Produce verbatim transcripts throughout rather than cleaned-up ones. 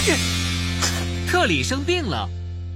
特里生病了。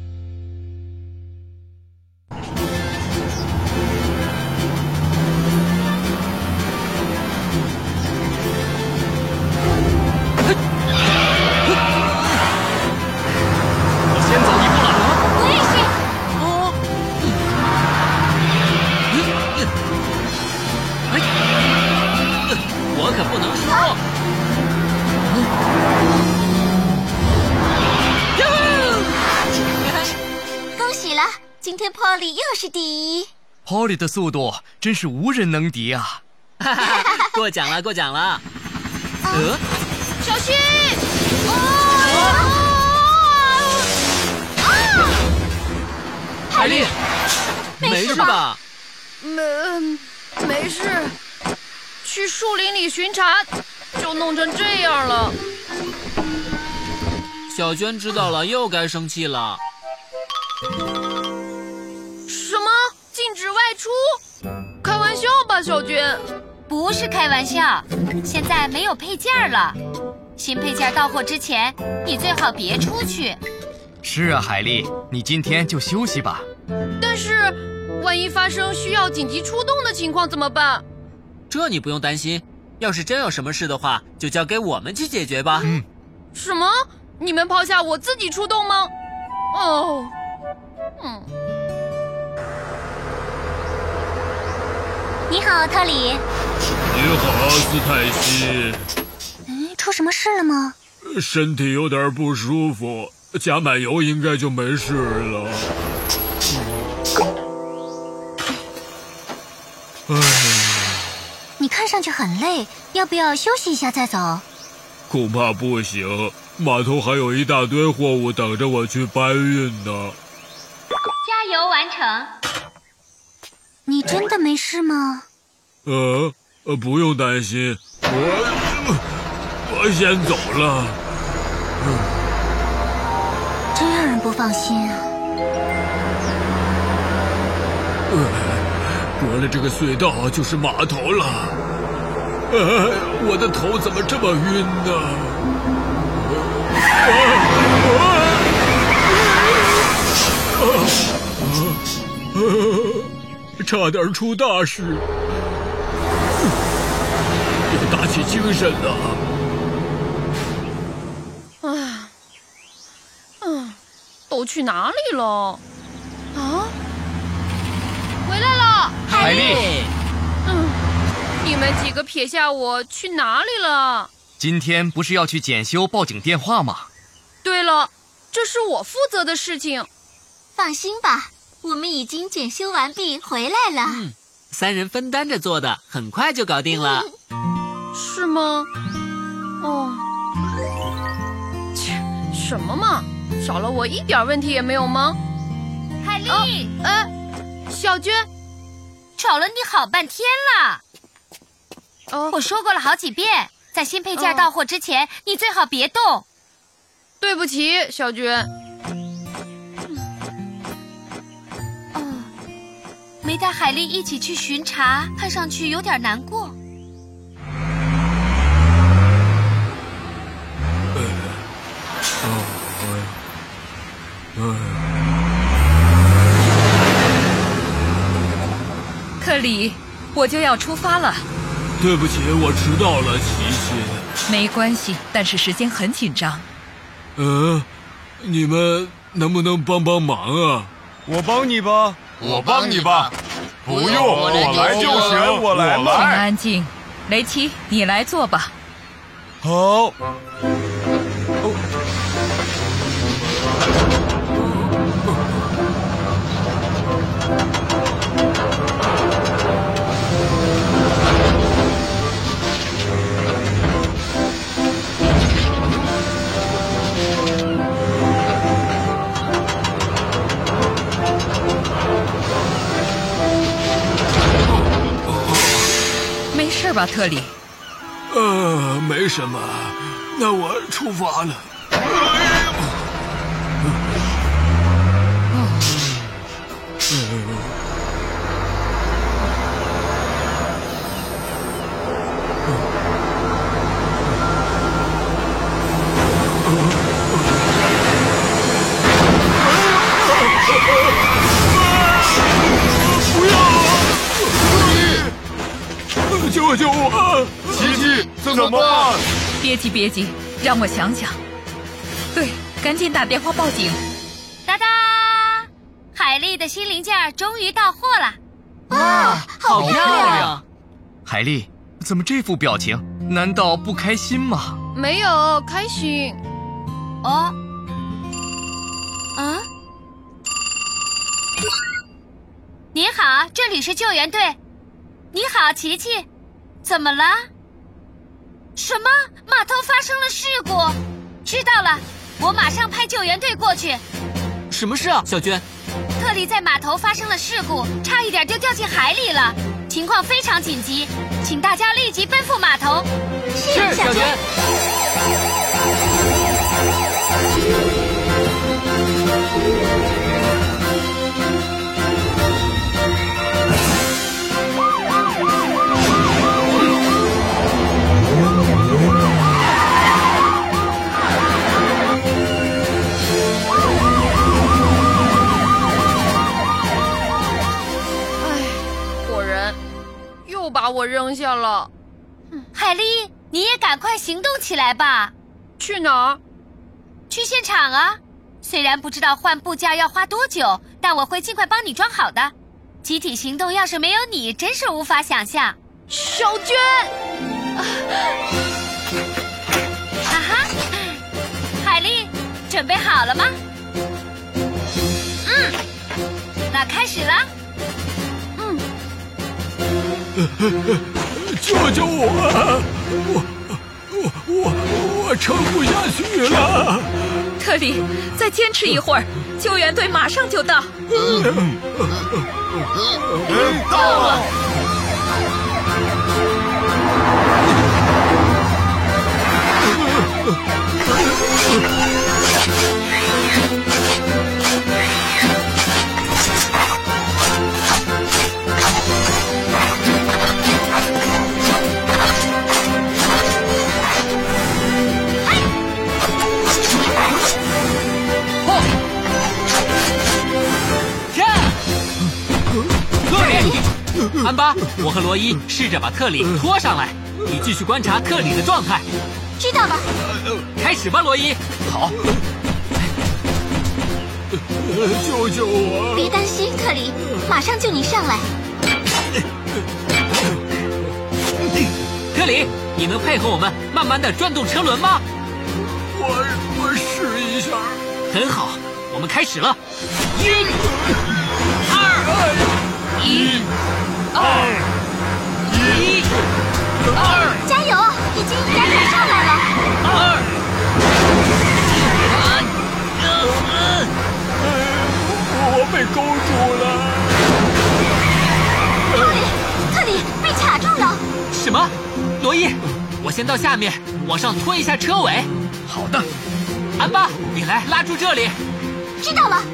今天 Polly 又是第一 Polly 的速度真是无人能敌啊！ 哈哈，过奖了，过奖了。呃， 小心！哦！啊！ 海莉， 没事吧？ 没，没事。去树林里巡查，就弄成这样了。 小娟知道了，又该生气了。 什么？禁止外出？开玩笑吧，小娟。 不是开玩笑，现在没有配件了。新配件到货之前，你最好别出去。 是啊，海莉，你今天就休息吧。 但是，万一发生需要紧急出动的情况怎么办？ 这你不用担心，要是真有什么事的话，就交给我们去解决吧。 嗯。 什么？你们抛下我自己出动吗？哦，嗯。 你好，特里。 你好，斯泰西。 嗯，出什么事了吗？ 身体有点不舒服，加满油应该就没事了。唉， 你看上去很累，要不要休息一下再走？ 恐怕不行，码头还有一大堆货物等着我去搬运呢。 加油完成。你真的没事吗？ 呃，呃，不用担心，我我先走了。 嗯、真让人不放心啊。 呃，过了这个隧道就是码头了。呃，我的头怎么这么晕呢？啊啊啊啊差点出大事，要打起精神了。 唉，嗯，都去哪里了？啊，回来了， 海莉。 嗯，你们几个撇下我去哪里了？ 今天不是要去检修报警电话吗？ 对了，这是我负责的事情。 放心吧。我们已经检修完毕，回来了。 嗯，三人分担着做的，很快就搞定了。 是吗？哦，切，什么嘛，少了我一点问题也没有吗？ 海莉， 哎、啊呃，小娟， 找了你好半天了。 哦， 我说过了好几遍，在新配件到货之前，哦、你最好别动。 对不起，小娟。 没带海莉一起去巡查，看上去有点难过。 特里，我就要出发了。 对不起，我迟到了，琪琪。 没关系，但是时间很紧张。 呃，你们能不能帮帮忙啊？ 我帮你吧。 我帮你吧， 不用，我来就行，我来嘛。 请安静，雷奇，你来做吧。 好。 是吧，特里？ 呃，没什么，那我出发了。 救救我！ 奇奇，怎么办？ 别急别急，让我想想。对，赶紧打电话报警。 哒哒，海莉的新零件终于到货了。 哇，好漂亮！ 海莉，怎么这副表情？难道不开心吗？ 没有，开心。 哦，嗯，您好，这里是救援队。你好，琪琪，怎么了？什么？码头发生了事故？知道了，我马上派救援队过去。 什么事啊，小娟？ 特里在码头发生了事故，差一点就掉进海里了，情况非常紧急，请大家立即奔赴码头。 是，小娟。 把我扔下了。 海莉，你也赶快行动起来吧。 去哪儿？ 去现场啊。虽然不知道换部件要花多久，但我会尽快帮你装好的。集体行动要是没有你，真是无法想象。 小娟， 哈哈，海莉，准备好了吗？嗯，那开始了。 救救我！我我我我撑不下去了。 特里，再坚持一会儿，救援队马上就到。 嗯，到了。 安巴，我和罗伊试着把特里拖上来，你继续观察特里的状态。 知道了。 开始吧，罗伊。 好。 救救我！ 别担心，特里，马上救你上来。 特里，你能配合我们慢慢的转动车轮吗？ 我我试一下。 很好，我们开始了。一、二、一。二一二， 加油！已经赶紧上来了。 二， 我被勾住了。 特里，特里被卡住了。 什么？罗伊，我先到下面往上拖一下车尾。 好的。 安巴，你来拉住这里。 知道了。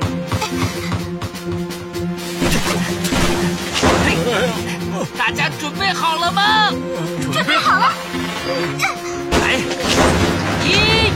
大家准备好了吗？ 准备好了。 来，一、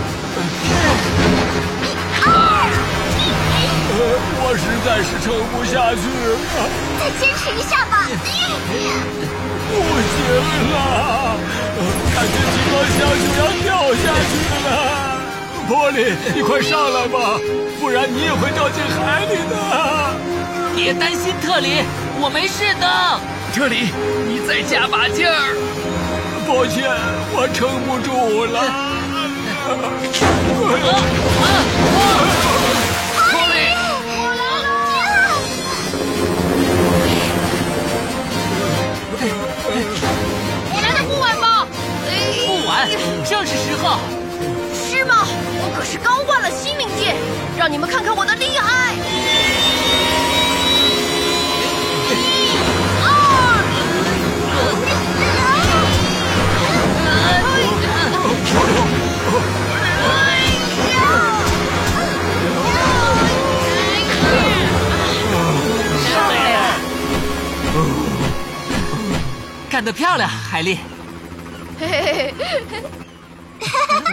二， 我实在是撑不下去了。 再坚持一下吧。 不行了，感觉机关枪就要掉下去了。波利，你快上来吧，不然你也会掉进海里的。 别担心，特里，我没事的。 特里，你再加把劲儿。 抱歉，我撑不住了。 特里， 我来的不晚吧？ 不晚，正是时候。 是吗？我可是刚换了新零件，让你们看看我的厉害。 干得漂亮，海莉。 嘿嘿嘿。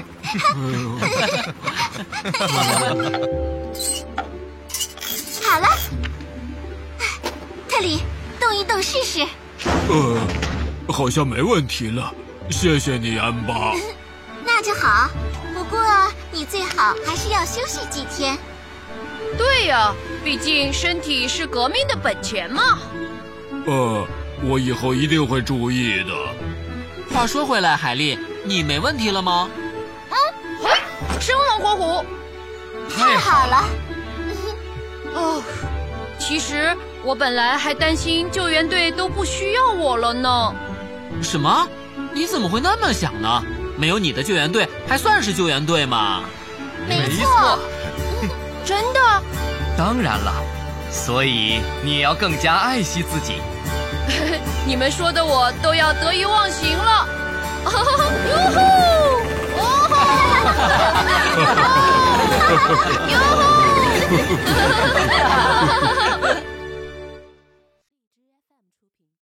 好了，特里，动一动试试。 呃， 好像没问题了。谢谢你，安巴。 那就好，不过你最好还是要休息几天。 对呀，毕竟身体是革命的本钱嘛。 呃，我以后一定会注意的。 话说回来，海莉，你没问题了吗？ 嗯，嘿，生龙活虎。 太好了。 哦，其实我本来还担心救援队都不需要我了呢。 什么？你怎么会那么想呢？没有你的救援队还算是救援队吗？ 没错。 真的？ 当然了，所以你也要更加爱惜自己。 你们说的我都要得意忘形了。哟呼！哦！哟呼！